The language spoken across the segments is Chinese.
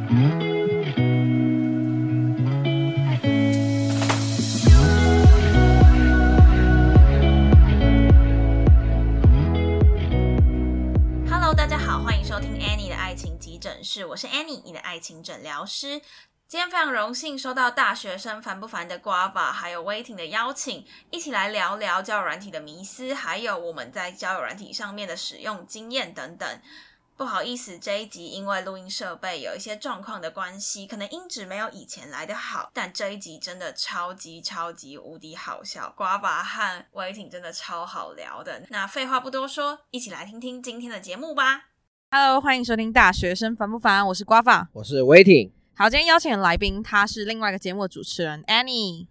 Hello， 大家好，欢迎收听 Annie 的爱情急诊室，我是 Annie， 你的爱情诊疗师。今天非常荣幸收到大学生烦不烦的 Guava 还有 Waiting 的邀请，一起来聊聊交友软体的迷思，还有我们在交友软体上面的使用经验等等。不好意思，这一集因为录音设备有一些状况的关系，可能音质没有以前来的好，但这一集真的超级无敌好笑， Guava 和 Waiting 真的超好聊的。那废话不多说，一起来听听今天的节目吧。 Hello， 欢迎收听大学生烦不烦，我是 Guava， 我是 Waiting。 好，今天邀请的来宾他是另外一个节目的主持人 Annie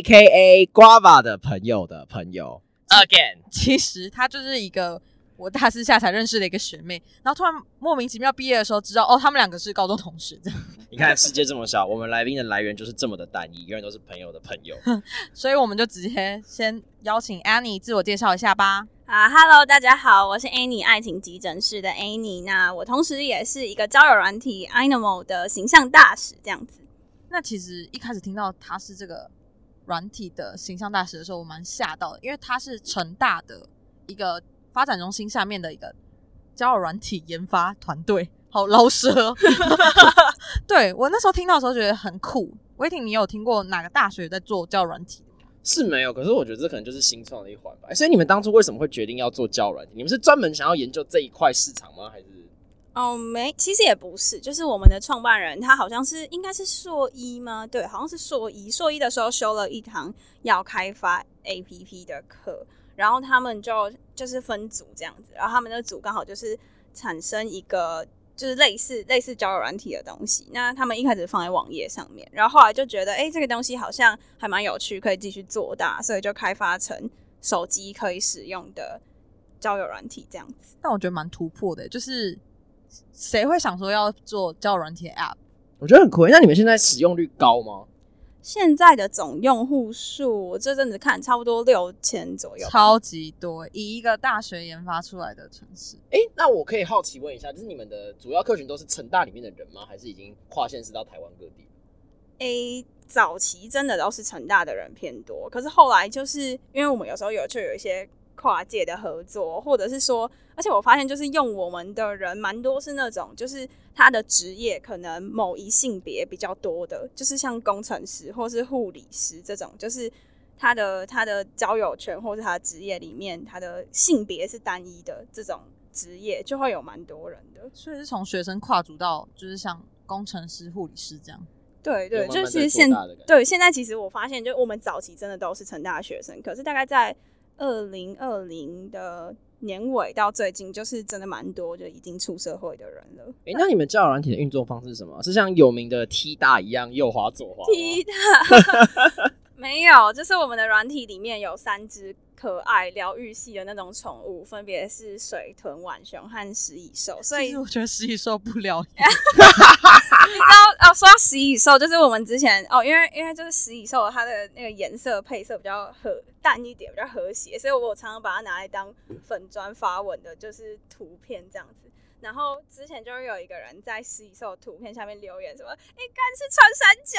AKA Guava 的朋友的朋友 Again。 其实他就是一个我大四下才认识的一个学妹，然后突然莫名其妙毕业的时候知道他们两个是高中同事这样。 你看世界这么小，我们来宾的来源就是这么的单一，永远都是朋友的朋友。 所以我们就直接先邀请 Annie 自我介绍一下吧。 Hello， 大家好，我是 Annie 爱情急诊室的 Annie。那我同时也是一个交友软体 Animal 的形象大使，这样子。 那其实一开始听到他是这个软体的形象大使的时候，我蛮吓到的，因为他是成大的一个发展中心下面的一个交友软体研发团队，好老舌。对，我那时候听到的时候觉得很酷。Waiting，你有听过哪个大学在做交友软体？ 是没有，可是我觉得这可能就是新创的一环吧。所以你们当初为什么会决定要做交友软体？你们是专门想要研究这一块市场吗？还是？ 没，其实也不是，就是我们的创办人他好像是应该是硕一吗？对，好像是硕一的时候修了一堂要开发 APP 的课，然后他们就是分组这样子，然后他们的组刚好就是产生一个就是类似交友软体的东西。那他们一开始放在网页上面，然后后来就觉得这个东西好像还蛮有趣，可以继续做大，所以就开发成手机可以使用的交友软体这样子。 但我觉得蛮突破的，就是谁会想说要做交友软体的 App？ 我觉得很酷。那你们现在使用率高吗？ 现在的总用户数，我这阵子看差不多6000左右， 超级多，以一个大学研发出来的城市。 那我可以好奇问一下，就是你们的主要客群都是成大里面的人吗？还是已经跨县市到台湾各地？ 早期真的都是成大的人偏多，可是后来就是因为我们有时候有一些跨界的合作，或者是说，而且我发现就是用我们的人蛮多是那种就是他的职业可能某一性别比较多的，就是像工程师或是护理师这种，就是他的交友圈或是他的职业里面他的性别是单一的这种职业就会有蛮多人的。 所以是从学生跨足到就是像工程师护理师这样。 对，就其是现在其实我发现就我们早期真的都是成大的学生，可是大概在2020的年尾到最近，就是真的蛮多就已经出社会的人了。 那你们交友软体的运作方式是什么？是像有名的 T 大一样右滑左滑吗？ T 大没有，就是我们的软体里面有3只可爱疗愈系的那种宠物，分别是水豚、浣熊和食蚁兽。所以其实我觉得食蚁兽不疗愈。 你知道说到食蚁兽，就是我们之前因为就是食蚁兽它的那个颜色配色比较淡一点，比较和谐，所以我常常把它拿来当粉专发文的，就是图片这样子。然后之前就有一个人在食蚁兽图片下面留言什么，干是穿山甲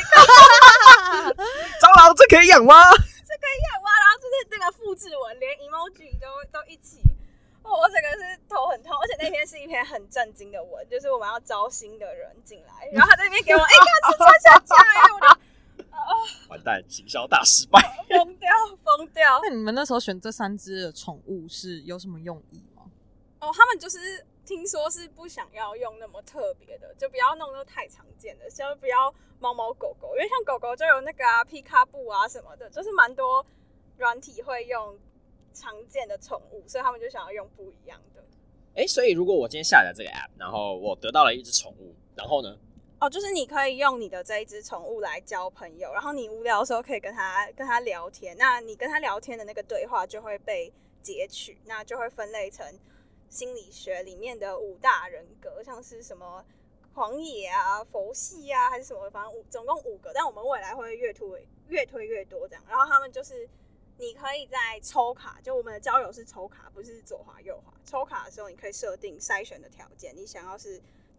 蟑螂这可以养吗？ 这可以养吗？然后就是那个复制文，连 emoji 都一起。我整个是头很痛，而且那篇是一篇很震惊的文，就是我们要招新的人进来，然后他在那边给我干是穿山甲我就完蛋，行销大失败， 疯掉。 那你们那时候选这3只的宠物是有什么用意吗？ 他们就是听说是不想要用那么特别的，就不要弄得太常见的，就不要猫猫狗狗，因为像狗狗就有那个皮卡布啊什么的，就是蛮多软体会用常见的宠物，所以他们就想要用不一样的。 所以如果我今天下载这个 app， 然后我得到了一只宠物，然后呢？ 就是你可以用你的这一只宠物来交朋友，然后你无聊的时候可以跟他聊天，那你跟他聊天的那个对话就会被截取，那就会分类成心理学里面的5大人格，像是什么狂野啊、佛系啊，还是什么，反正总共5个，但我们未来会越推越多这样。然后他们就是你可以在抽卡，就我们的交友是抽卡，不是左滑右滑。抽卡的时候，你可以设定筛选的条件，你想要是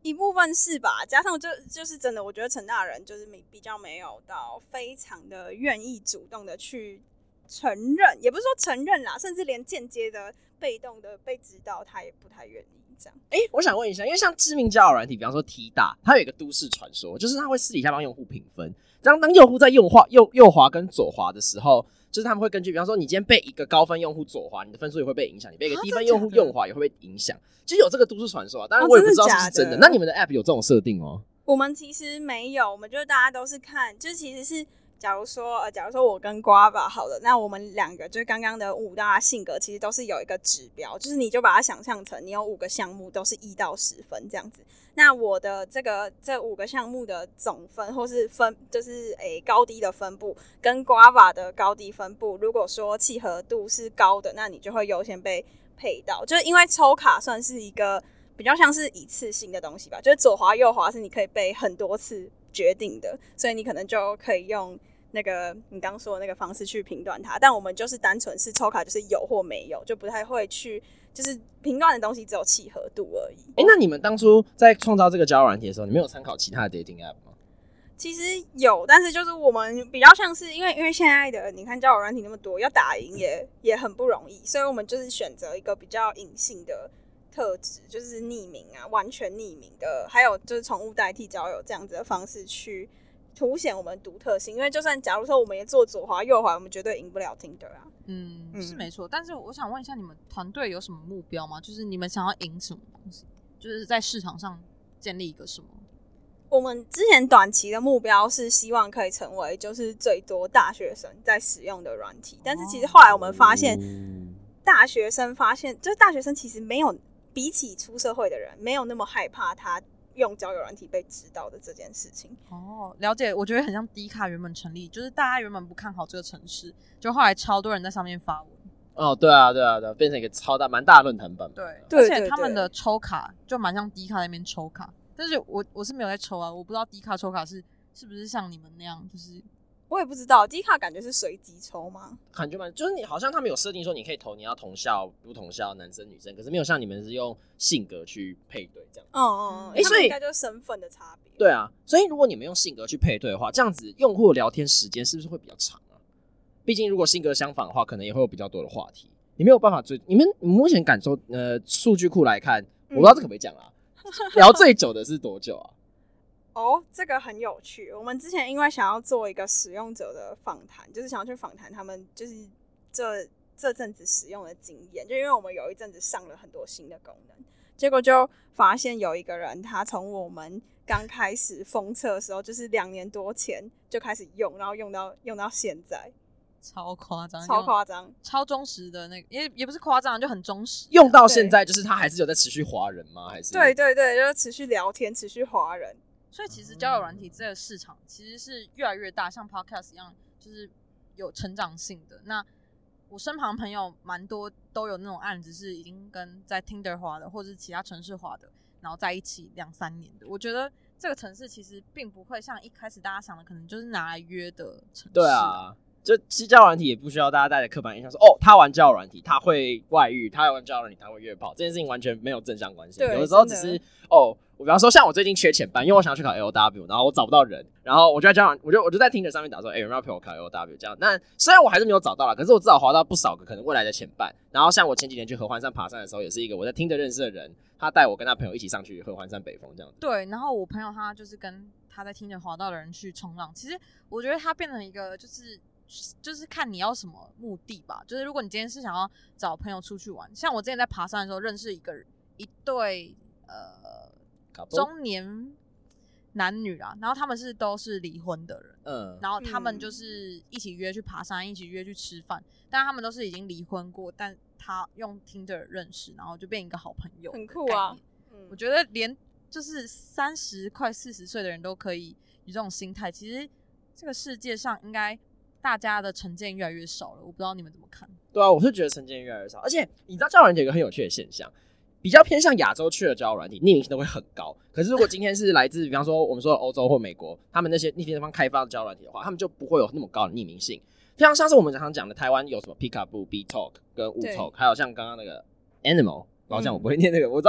一部分是吧，加上就是真的，我觉得成大人就是比较没有到非常的愿意主动的去承认，也不是说承认啦，甚至连间接的被动的被知道，他也不太愿意这样。 我想问一下，因为像知名交友软体，比方说 T 大，它有一个都市传说，就是它会私底下帮用户评分，当用户在右滑跟左滑的时候，就是他们会根据，比方说你今天被一个高分用户左滑，你的分数也会被影响；你被一个低分用户右滑也会被影响。就有这个都市传说啊，当然我也不知道是不是真的。那你们的 App 有这种设定吗？ 我们其实没有，我们就大家都是看，就其实是假如说我跟瓜吧好了，那我们两个就是刚刚的5大性格，其实都是有一个指标，就是你就把它想象成你有5个项目都是1到10分这样子。那我的这5个项目的总分或是分，就是高低的分布，跟瓜吧的高低分布，如果说契合度是高的，那你就会优先被配到。就是因为抽卡算是一个比较像是一次性的东西吧，就是左滑右滑是你可以被很多次决定的，所以你可能就可以用那个你刚说的那个方式去评断它。但我们就是单纯是抽卡，就是有或没有，就不太会去就是评断的东西只有契合度而已。 那你们当初在创造这个交友软体的时候，你们有参考其他的 dating app 吗？ 其实有，但是就是我们比较像是因为现在的你看交友软体那么多，要打赢也很不容易，所以我们就是选择一个比较隐性的特质，就是匿名啊，完全匿名的，还有就是宠物代替交友这样子的方式去凸显我们独特性。因为就算假如说我们也做左滑右滑，我们绝对赢不了 Tinder 啊。 是没错。但是我想问一下，你们团队有什么目标吗？就是你们想要赢什么东西？就是在市场上建立一个什么？ 我们之前短期的目标是希望可以成为就是最多大学生在使用的软体，但是其实后来我们发现，大学生就是大学生其实没有比起出社会的人没有那么害怕他用交友软体被知道的这件事情。 了解。我觉得很像 D 卡原本成立，就是大家原本不看好这个城市，就后来超多人在上面发文。 对啊，变成一个蛮大的论坛版。 对，而且他们的抽卡就蛮像 D 卡那边抽卡，但是我是没有在抽啊，我不知道 D 卡抽卡是不是像你们那样，就是我也不知道 D 卡感觉是随机抽吗？ 感觉就是你好像他们有设定说你可以投你要同校不同校男生女生，可是没有像你们是用性格去配对这样。 所以应该就是身份的差别。 对啊，所以如果你们用性格去配对的话，这样子用户的聊天时间是不是会比较长啊？毕竟如果性格相反的话，可能也会有比较多的话题。你没有办法你们目前感受数据库来看，我不知道这可不可以讲啊？聊最久的是多久啊？ 这个很有趣。我们之前因为想要做一个使用者的访谈，就是想要去访谈他们就是这阵子使用的经验，就因为我们有一阵子上了很多新的功能，结果就发现有一个人他从我们刚开始封测的时候，就是2年多前就开始用，然后用到现在。 超夸张，超忠实的那个，也不是夸张，就很忠实。 用到现在，就是他还是有在持续滑人吗？还是？ 对，就是持续聊天，持续滑人。 所以其实交友软体这个市场其实是越来越大，像 Podcast 一样，就是有成长性的。那我身旁朋友蛮多都有那种案子，是已经跟在 Tinder 滑的，或者是其他城市滑的，然后在一起2-3年的。我觉得这个城市其实并不会像一开始大家想的，可能就是拿来约的城市。 对啊。就其实交友软体也不需要大家带着刻板印象说他玩交友软体他会外遇，他玩交友软体他会约炮，这件事情完全没有正向关系。有的时候只是我比方说像我最近缺前班，因为我想要去考 LW， 然后我找不到人，然后我就在Tinder上面打说有没有陪我考 LW 这样。那虽然我还是没有找到啦，可是我至少滑到不少个可能未来的前班。然后像我前几年去合欢山爬山的时候，也是一个我在Tinder认识的人，他带我跟他朋友一起上去合欢山北峰这样子。 对，然后我朋友他就是跟他在Tinder滑到的人去冲浪，其实我觉得他变成一个就是看你要什么目的吧。就是如果你今天是想要找朋友出去玩，像我之前在爬山的时候认识一对中年男女啊，然后他们都是离婚的人，然后他们就是一起约去爬山，一起约去吃饭，但他们都是已经离婚过，但他用 Tinder 认识，然后就变一个好朋友， 很酷啊。 我觉得连就是30快40岁的人都可以有这种心态，其实这个世界上应该大家的成见越来越少了，我不知道你们怎么看。 对啊，我是觉得成见越来越少，而且你知道交友软体有一个很有趣的现象，比较偏向亚洲区的交友软体匿名性都会很高，可是如果今天是来自比方说我们说的欧洲或美国，他们那些地方开发的交友软体的话，他们就不会有那么高的匿名性，非常像是我们常常讲的台湾有什么 Peekaboo、B Talk 跟 Wu Talk， 还有像刚刚那个 Animal， 然后这样我不会念那个，我知道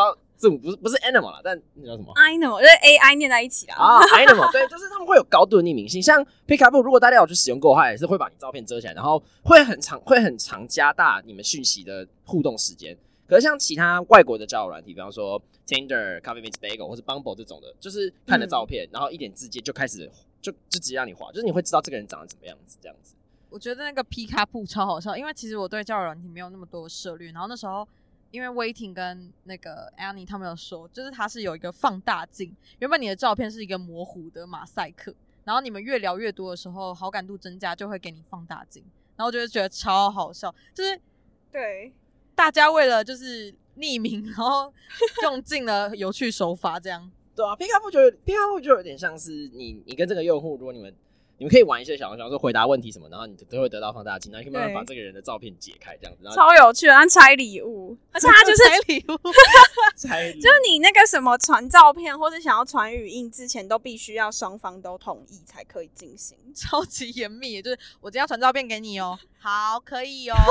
字母不是 animal 啦，但那叫什么 ？Animal 就是 AI 念在一起啦。 animal 对，就是他们会有高度的匿名性。像 Pickup， 如果大家有去使用过的话，也是会把你照片遮起来，然后会很长加大你们讯息的互动时间。可是像其他外国的交友软体，比方说 Tinder、Coffee Meets Bagel 或是 Bumble 这种的，就是看了照片，然后一点字节就开始就直接让你滑，就是你会知道这个人长得怎么样子这样子。 我觉得那个 Pickup 超好笑，因为其实我对交友软体没有那么多的涉猎，然后那时候因为 Waiting 跟那个 Annie 他们有说，就是它是有一个放大镜，原本你的照片是一个模糊的马赛克，然后你们越聊越多的时候，好感度增加就会给你放大镜，然后我就觉得超好笑，就是对。 大家为了就是匿名，然后用尽了有趣手法，这样。 对啊 ，Pickup 就有点像是你跟这个用户，如果你们可以玩一些小说回答问题什么，然后你都会得到放大镜，然后你可以慢慢把这个人的照片解开，这样子。 超有趣的，像拆礼物，而且它就是拆礼物， 就是你那个什么传照片或者想要传语音之前，都必须要双方都同意才可以进行， 超级严密，就是我今天要传照片给你哦，好，可以哦。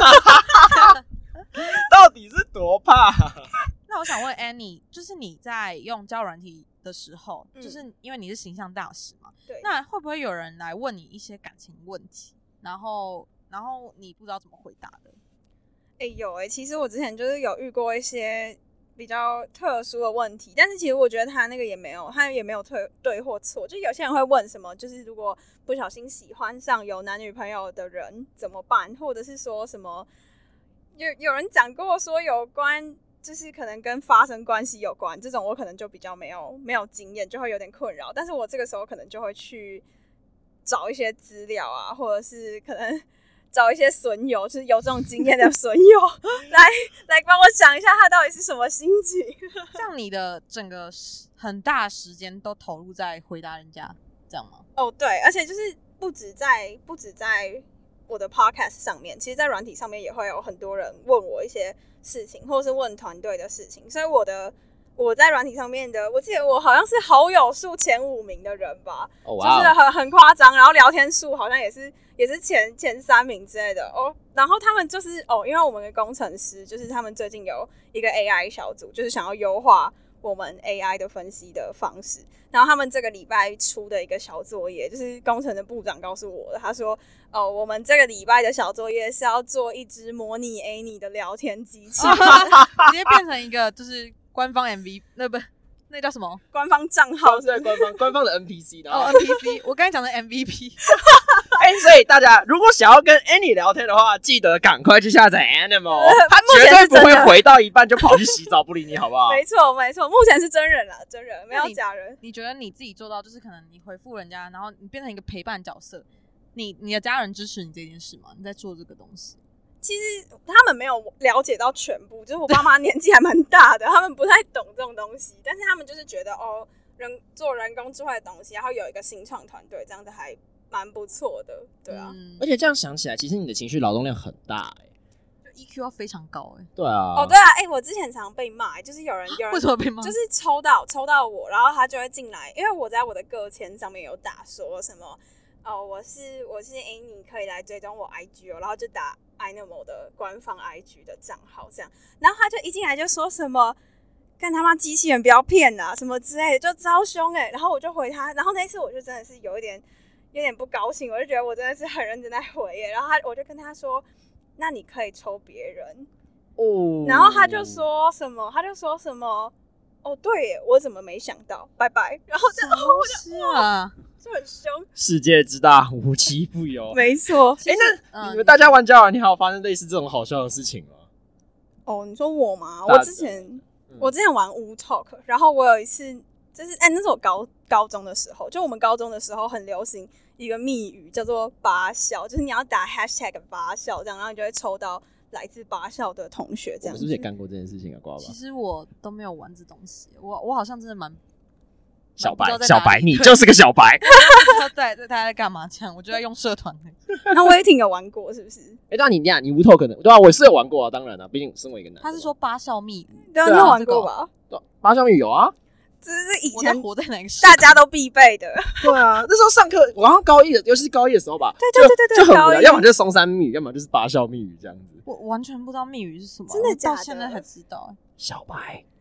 到底是多怕？ 那我想问 Annie， 就是你在用交友软体的时候，就是因为你是形象大使嘛， 对， 那会不会有人来问你一些感情问题，然后你不知道怎么回答的？ 有其实我之前就是有遇过一些比较特殊的问题，但是其实我觉得他也没有对或错，就有些人会问什么，就是如果不小心喜欢上有男女朋友的人怎么办，或者是说什么。有人讲过说有关就是可能跟发生关系有关，这种我可能就比较没有经验，就会有点困扰。但是我这个时候可能就会去找一些资料啊，或者是可能找一些损友，就是有这种经验的损友来帮我讲一下他到底是什么心情。 这样你的整个很大的时间都投入在回答人家，这样吗？ 哦，对，而且就是不止在我的 podcast 上面，其实在软体上面也会有很多人问我一些事情，或者是问团队的事情，所以我在软体上面的，我记得我好像是好友数前5名的人吧，就是很夸张，然后聊天数好像也是前3名之类的哦。然后他们就是因为我们的工程师就是他们最近有一个 AI 小组，就是想要优化我们 AI 的分析的方式，然后他们这个礼拜出的一个小作业，就是工程的部长告诉我的，他说我们这个礼拜的小作业是要做一只模拟 Annie 的聊天机器， 直接变成一个就是官方 MV， 那叫什么？ 官方账号是对，官方的 NPC， 然后 NPC， 我刚才讲的 MVP。 所以大家如果想要跟 Annie 聊天的话，记得赶快去下载 Animal， 他绝对不会回到一半就跑去洗澡不理你，好不好？ 没错，目前是真人啦，真人没有假人。 你觉得你自己做到，就是可能你回复人家，然后你变成一个陪伴角色，你的家人支持你这件事吗？你在做这个东西？ 其实他们没有了解到全部，就是我爸妈年纪还蛮大的，他们不太懂这种东西，但是他们就是觉得做人工智慧的东西，然后有一个新创团队，这样子还蛮不错的，对啊。 而且这样想起来，其实你的情绪劳动量很大就 EQ 要非常高对啊。 对啊，我之前常被骂，就是有人为什么被骂？ 就是抽到我，然后他就会进来，因为我在我的个签上面有打说什么我是Annie，可以来追踪我 IG 然后就打 Animal 的官方 IG 的账号这样，然后他就一进来就说什么干他妈机器人不要骗啊什么之类的，就超凶然后我就回他，然后那一次我就真的是有点不高兴，我就觉得我真的是很认真在回然后我就跟他说那你可以抽别人然后他就说什么对耶，我怎么没想到，拜拜，然后就很凶， 世界之大无奇不有， 没错。 那你们大家玩交友软体还有发生类似这种好笑的事情吗？ 你说我吗？我之前玩 Wootalk， 然后我有一次就是那是我高中的时候，就我们高中的时候很流行一个密语叫做八校，就是你要打 hashtag 八校这样，然后你就会抽到来自八校的同学这样。 我是不是也干过这件事情啊？瓜爸， 其实我都没有玩这东西，我好像真的蛮小白，你就是个小白。 在大家在干嘛？这样，我就在用社团。 那我也挺有玩过，是不是？ 对啊，你Wootalk可能对啊，我是有玩过啊，当然了，毕竟身为一个男的。 他是说八校密语， 对啊，你有玩过吧？ 对，八校密语有啊， 这是以前活在哪个时大家都必备的。 对啊，那时候上课，我好像高一的，尤其是高一的时候吧， 对， 就很无聊，要么就是松山密语，要么就是八校密语这样子。 我完全不知道密语是什么， 真的假的？ 到现在才知道。 小白。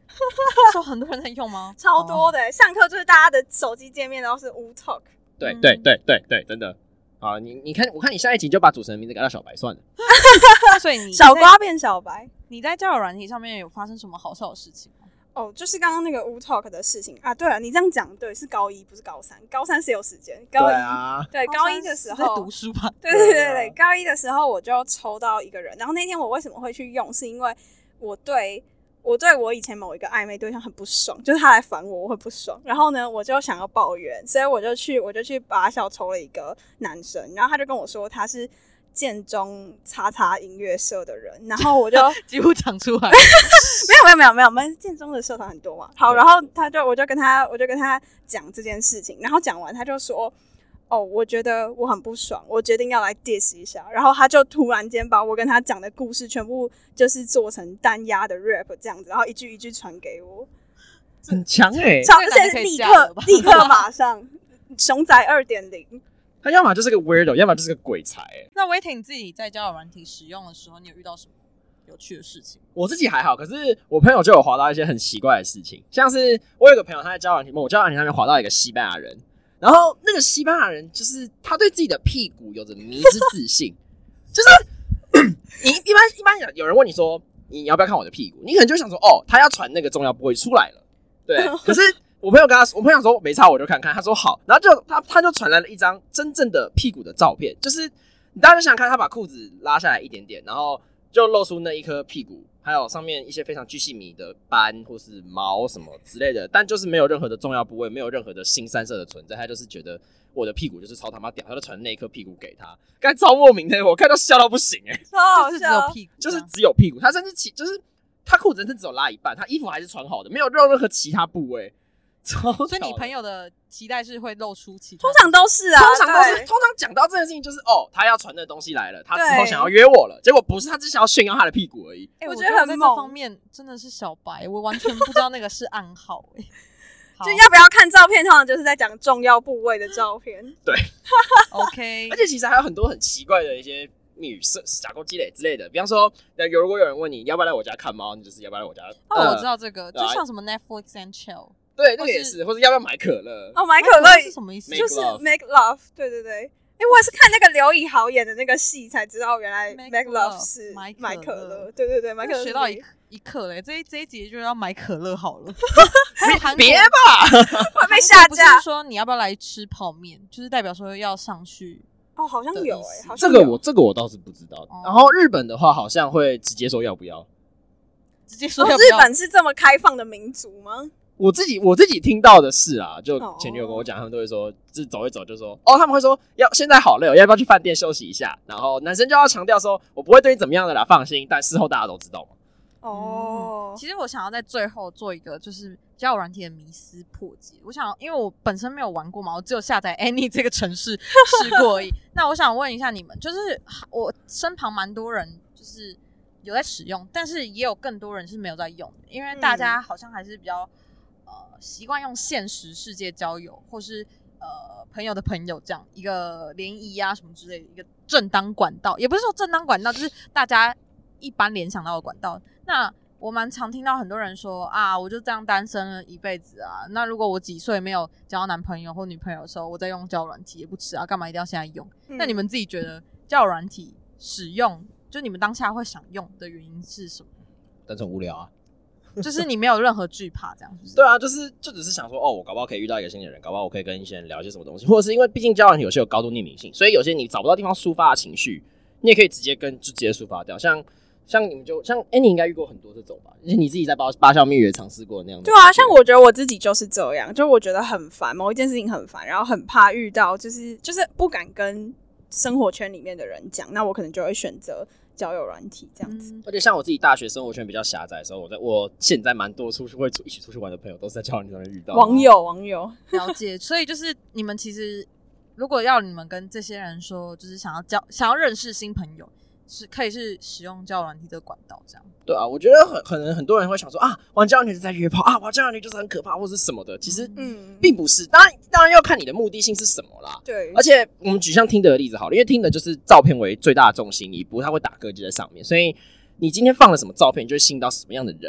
说很多人在用吗？ 超多的、上课就是大家的手机界面都是 Wootalk。 对，真的。好，你看，我看你下一集就把主持人名字改到小白算了。 所以你小瓜变小白。 你在交友软体上面有发生什么好笑的事情吗？ 哦，就是刚刚那个 Wootalk 的事情啊。对了，你这样讲对，是高一不是高三，高三是有时间。高一对高一的时候在读书吧。 对，高一的时候我就抽到一个人，然后那天我为什么会去用，是因为我对我以前某一个暧昧对象很不爽，就是他来烦我，我会不爽。然后呢，我就想要抱怨，所以我就去拔校抽了一个男生，然后他就跟我说他是建中叉叉音乐社的人，然后我就几乎讲出来。 没有，我们建中的社团很多嘛。好，然后我就跟他讲这件事情，然后讲完他就说。哦，我觉得我很不爽，我决定要来 diss 一下，然后他就突然间把我跟他讲的故事全部就是做成单押的 rap 这样子，然后一句一句传给我， 很强欸， 而且立刻马上熊仔 2.0。 他要么就是个 weirdo， 要么就是个鬼才欸。 那威霆你自己在交友软体使用的时候，你有遇到什么有趣的事情？ 我自己还好，可是我朋友就有滑到一些很奇怪的事情，像是我有个朋友他在交友软体，我交友软体上面滑到一个西班牙人。然后那个西班牙人就是他对自己的屁股有着迷之自信，就是你一般有人问你说你要不要看我的屁股，你可能就想说哦，他要传那个重要部位出来了，对。可是我朋友说没差，我就看看，他说好，然后就他就传来了一张真正的屁股的照片，就是你大家就想看他把裤子拉下来一点点，然后就露出那一颗屁股。还有上面一些非常巨细靡的斑或是毛什么之类的，但就是没有任何的重要部位，没有任何的腥羶色的存在，他就是觉得我的屁股就是超他妈屌，他就传那一颗屁股给他，刚才超莫名的，我看到笑到不行超好笑， 就是只有屁股， 就是只有屁股，他甚至就是他裤子真只有拉一半，他衣服还是穿好的，没有任何其他部位。 所以你朋友的期待是会露出其他， 通常都是啊， 通常讲到这件事情就是哦，他要传的东西来了，他之后想要约我了，结果不是，他只想要炫耀他的屁股而已。 我觉得很猛， 在这方面真的是小白，我完全不知道那个是暗号就要不要看照片，通常就是在讲重要部位的照片。 对 ，OK。 而且其实还有很多很奇怪的一些密语、假勾积累之类的，比方说，如果有人问你要不要来我家看猫，你就是要不要来我家。 我知道这个，就像什么 Netflix and Chill。 对，那个也是，或者要不要买可乐？ 哦，买可乐是什么意思？ 就是 make love。对。我也是看那个刘以豪演的那个戏才知道，原来 make love 是买可乐。对，买可乐。 学到一课嘞，这一集就要买可乐好了。 别吧， 会被下架。 不是说你要不要来吃泡面，就是代表说要上去。 哦，好像有这个我倒是不知道。然后日本的话，好像会直接说要不要。 直接说要不要？ 日本是这么开放的民族吗？ 我自己听到的是啊，就前女友跟我讲，他们都会说，就是走一走就说，哦，他们会说现在好累，要不要去饭店休息一下？然后男生就要强调说，我不会对你怎么样的啦，放心。但事后大家都知道嘛。 其实我想要在最后做一个就是交友软体的迷思破解。我想，因为我本身没有玩过嘛，我只有下载 Any 这个城市试过而已。那我想问一下你们，就是我身旁蛮多人就是有在使用，但是也有更多人是没有在用的，因为大家好像还是比较习惯用现实世界交友，或是朋友的朋友这样一个联谊啊什么之类的一个正当管道，也不是说正当管道，就是大家一般联想到的管道。那我蛮常听到很多人说啊，我就这样单身了一辈子啊，那如果我几岁没有交到男朋友或女朋友的时候，我再用交友软体也不迟啊，干嘛一定要现在用？那你们自己觉得交友软体使用，就你们当下会想用的原因是什么？ 单纯无聊啊。 就是你没有任何惧怕这样子。 对啊，就只是想说，哦，我搞不好可以遇到一个新的人，搞不好我可以跟一些人聊一些什么东西，或者是因为毕竟交友软体有些有高度匿名性，所以有些你找不到地方抒发的情绪，你也可以直接抒发掉。像你们你应该遇过很多这种吧？你自己在八校蜜月尝试过那样的。 对啊，像我觉得我自己就是这样，就我觉得很烦，某一件事情很烦，然后很怕遇到，就是不敢跟生活圈里面的人讲，那我可能就会选择交友软体这样子。 而且像我自己大学生活圈比较狭窄的时候，我现在蛮多一起出去玩的朋友都是在交友软体上面遇到网友了解。所以就是你们其实如果要你们跟这些人说，就是想要认识新朋友，是可以是使用交友软体的管道这样。 对啊，我觉得可能很多人会想说啊，玩交友软体是在约炮啊，玩交友软体就是很可怕或是什么的，其实并不是。当然要看你的目的性是什么啦。 对， 而且我们举像听的例子好了，因为听的就是照片为最大的重心，你不太会打歌就在上面，所以你今天放了什么照片，就会吸引到什么样的人。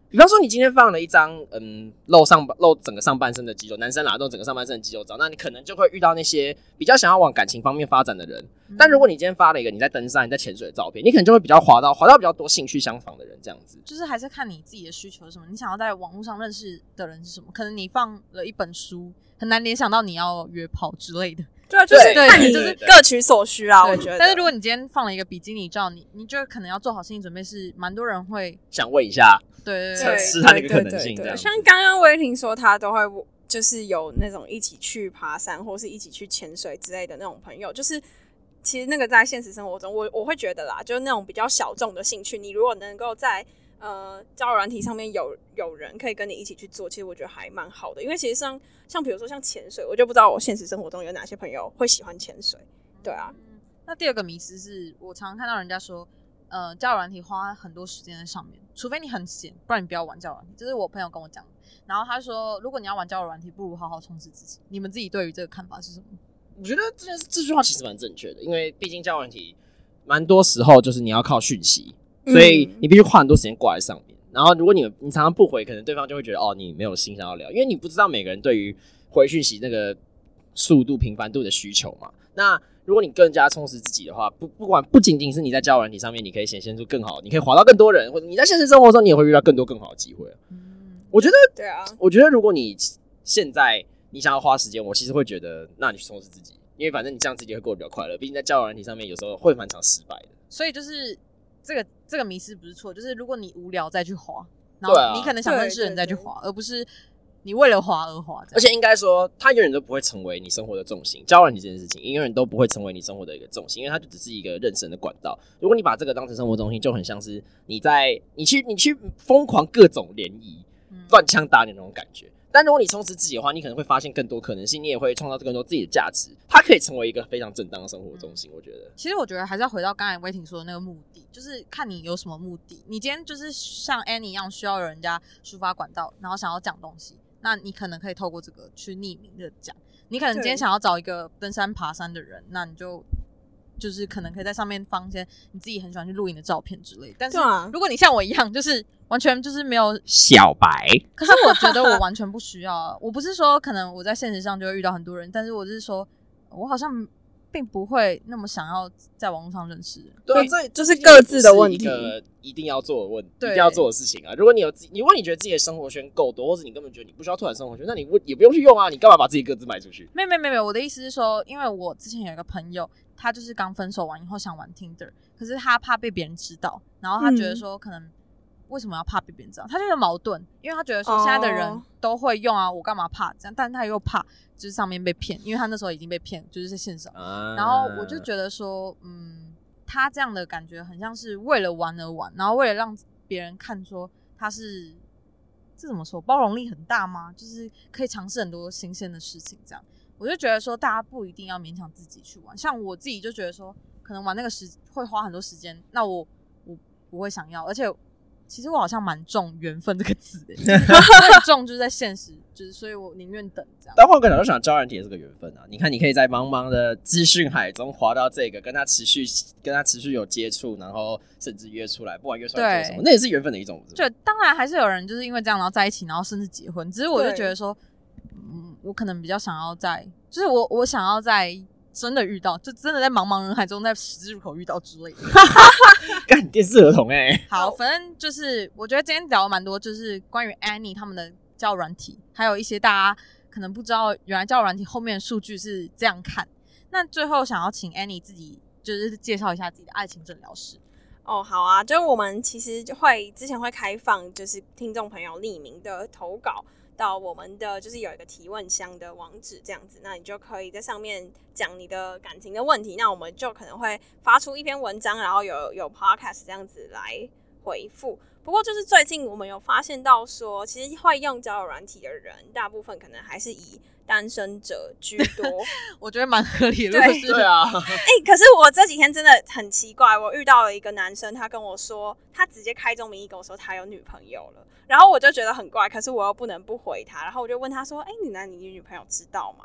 比方说你今天放了一张露整个上半身的肌肉，男生露整个上半身的肌肉照，那你可能就会遇到那些比较想要往感情方面发展的人。但如果你今天发了一个你在登山、你在潜水的照片，你可能就会比较滑到比较多兴趣相仿的人，这样子。 就是还是看你自己的需求是什么，你想要在网络上认识的人是什么。可能你放了一本书，很难联想到你要约炮之类的。 对，就是看你就是各取所需啊，我觉得。 但是如果你今天放了一个比基尼照，你就可能要做好心理准备，是蛮多人会想问一下， 对试探那个可能性这样子。 像刚刚威霆说，他都会就是有那种一起去爬山或是一起去潜水之类的那种朋友，就是其实那个在现实生活中，我会觉得啦，就是那种比较小众的兴趣，你如果能够在交友软体上面有人可以跟你一起去做，其实我觉得还蛮好的。因为其实像比如说像潜水，我就不知道我现实生活中有哪些朋友会喜欢潜水。对啊。 那第二个迷思是我常常看到人家说，交友软体花很多时间在上面，除非你很闲，不然你不要玩交友软体。这是我朋友跟我讲的。然后他说，如果你要玩交友软体，不如好好充实自己。你们自己对于这个看法是什么？ 我觉得这句话其实蛮正确的，因为毕竟交友软体蛮多时候就是你要靠讯息。所以你必须花很多时间挂在上面，然后如果你常常不回，可能对方就会觉得你没有心想要聊，因为你不知道每个人对于回讯息那个速度、频繁度的需求嘛。那如果你更加充实自己的话，不仅仅是你在交友软体上面你可以显现出更好，你可以滑到更多人，或者你在现实生活中你也会遇到更好的机会。我觉得，对啊，我觉得如果你现在你想要花时间，我其实会觉得，那你去充实自己，因为反正你这样自己会过得比较快乐。毕竟在交友软体上面有时候会蛮常失败的， 所以就是这个迷思不是错，就是如果你无聊再去滑，然后你可能想认识人再去滑，而不是你为了滑而滑。 而且应该说，它永远都不会成为你生活的重心。交友软体这件事情，永远都不会成为你生活的一个重心，因为它就只是一个认识人的管道。如果你把这个当成生活中心，就很像是你去疯狂各种联谊、乱枪打你那种感觉。但如果你充实自己的话，你可能会发现更多可能性，你也会创造更多自己的价值。它可以成为一个非常正当的生活中心，我觉得。 其实我觉得还是要回到刚才威霆说的那个目的，就是看你有什么目的。你今天就是像 Annie 一样，需要有人家抒发管道，然后想要讲东西，那你可能可以透过这个去匿名的讲。你可能今天想要找一个登山爬山的人，那你就是可能可以在上面放一些你自己很喜欢去录影的照片之类的。但是如果你像我一样，就是完全就是没有小白， 可是我觉得我完全不需要啊。我不是说可能我在现实上就会遇到很多人，但是我是说我好像并不会那么想要在网络上认识人。 对，这就是各自的问题， 一个一定要做的问题，一定要做的事情啊。如果你觉得自己的生活圈够多，或者你根本觉得你不需要拓展生活圈，那你也不用去用啊。你干嘛把自己各自卖出去？ 没有，我的意思是说，因为我之前有一个朋友，他就是刚分手完以后想玩 Tinder， 可是他怕被别人知道，然后他觉得说可能为什么要怕被别人知道？他就有矛盾，因为他觉得说现在的人都会用啊，我干嘛怕这样？但他又怕就是上面被骗，因为他那时候已经被骗，就是在线上。然后我就觉得说，他这样的感觉很像是为了玩而玩，然后为了让别人看说他是这怎么说，包容力很大吗？就是可以尝试很多新鲜的事情这样。我就觉得说，大家不一定要勉强自己去玩。像我自己就觉得说，可能玩那个会花很多时间，那我不会想要。而且，其实我好像蛮重缘分这个字的，很重就是在现实，就是所以我宁愿等这样。 但换个角度想，交友软体也是个缘分啊。你看，你可以在茫茫的资讯海中滑到这个，跟他持续有接触，然后甚至约出来，不管约出来做什么，那也是缘分的一种。 对，当然还是有人就是因为这样然后在一起，然后甚至结婚。只是我就觉得说。我可能比较想要就是我想要在真的遇到，就真的在茫茫人海中，在十字路口遇到之类的。 干电视儿童好，反正就是我觉得今天聊了蛮多，就是关于 Annie 他们的交友软体，还有一些大家可能不知道，原来交友软体后面的数据是这样看。那最后想要请 Annie 自己就是介绍一下自己的爱情诊疗室。 好啊，就是我们其实之前会开放，就是听众朋友匿名的投稿。到我们的就是有一个提问箱的网址这样子，那你就可以在上面讲你的感情的问题，那我们就可能会发出一篇文章，然后有 podcast 这样子来回复。不过就是最近我们有发现到说，其实会用交友软体的人，大部分可能还是以单身者居多。 我觉得蛮合理的。 对啊。 可是我这几天真的很奇怪，我遇到了一个男生，他跟我说，他直接开宗明义跟我说他有女朋友了，然后我就觉得很怪，可是我又不能不回他，然后我就问他说，你女朋友知道吗？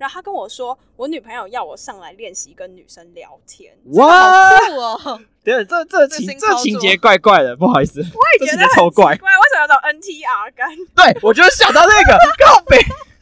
然后他跟我说，我女朋友要我上来练习跟女生聊天。 哇， 好酷哦！ 对，这情节怪怪的，不好意思， 我也觉得很超怪。 奇怪，为什么要找 NTR 干？ 对，我就想到那个靠北。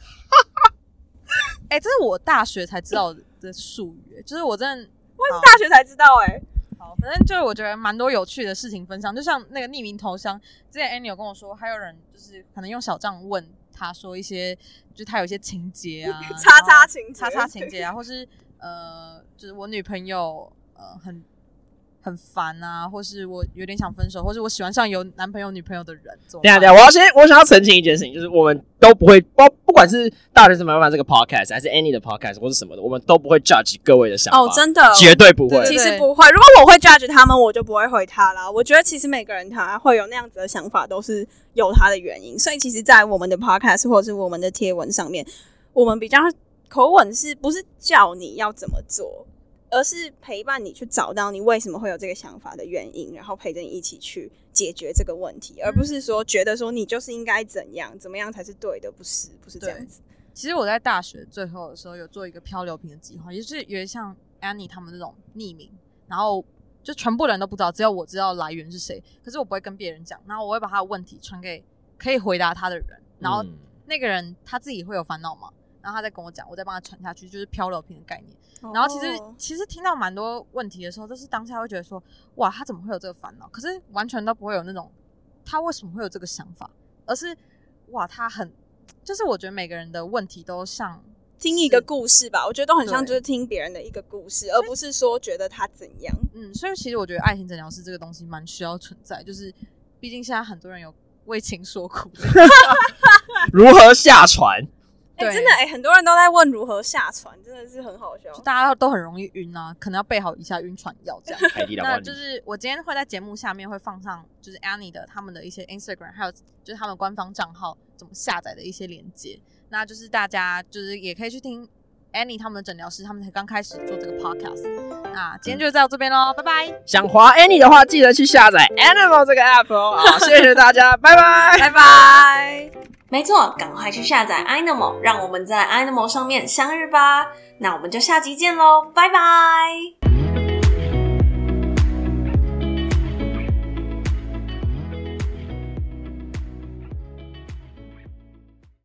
这是我大学才知道的术语，就是我真的我是大学才知道好，反正就是我觉得蛮多有趣的事情分享，就像那个匿名头像，之前 Annie 有跟我说，还有人就是可能用小账问他说一些，就是他有一些情节啊， 叉情节啊，或是就是我女朋友很烦啊，或是我有点想分手，或是我喜欢上有男朋友女朋友的人。 对啊，我想要澄清一件事情，就是我们都不会，不管是大学生烦不烦这个 podcast， 还是 Annie 的 podcast 或是什么的，我们都不会 judge 各位的想法。 哦，真的， 绝对不会。 其实不会。如果我会 judge 他们，我就不会回他啦。我觉得其实每个人他会有那样子的想法，都是有他的原因。所以其实，在我们的 podcast 或者是我们的贴文上面，我们比较口吻是不是叫你要怎么做？而是陪伴你去找到你为什么会有这个想法的原因，然后陪着你一起去解决这个问题，而不是说觉得说你就是应该怎么样才是对的，不是这样子。 其实我在大学最后的时候有做一个漂流瓶的计划，也就是有点像 Annie 他们这种匿名，然后就全部人都不知道，只有我知道来源是谁，可是我不会跟别人讲，然后我会把他的问题传给可以回答他的人，然后那个人他自己会有烦恼嘛，然后他再跟我讲，我再帮他传下去，就是漂流瓶的概念。然后其实听到蛮多问题的时候，都是当下会觉得说，哇，他怎么会有这个烦恼？可是完全都不会有那种他为什么会有这个想法，而是哇，他就是我觉得每个人的问题都像听一个故事吧，我觉得都很像就是听别人的一个故事，而不是说觉得他怎样。 所以其实我觉得爱情诊疗师这个东西蛮需要存在，就是毕竟现在很多人有为情所苦如何下船？ 真的很多人都在问如何下船，真的是很好笑。 大家都很容易晕啊，可能要备好以下晕船药这样。 那就是我今天会在节目下面会放上，就是 Annie 的他们的一些 Instagram， 还有就是他们官方账号怎么下载的一些连结。那就是大家就是也可以去听 Annie 他们的诊疗师，他们才刚开始做这个 podcast。那今天就到这边咯，拜拜。 想滑 Annie 的话，记得去下载 Animal 这个 app 哦。好，谢谢大家，拜拜， 拜拜。 没错，赶快去下载 Animal， 让我们在 Animal 上面相遇吧。那我们就下集见咯，拜拜。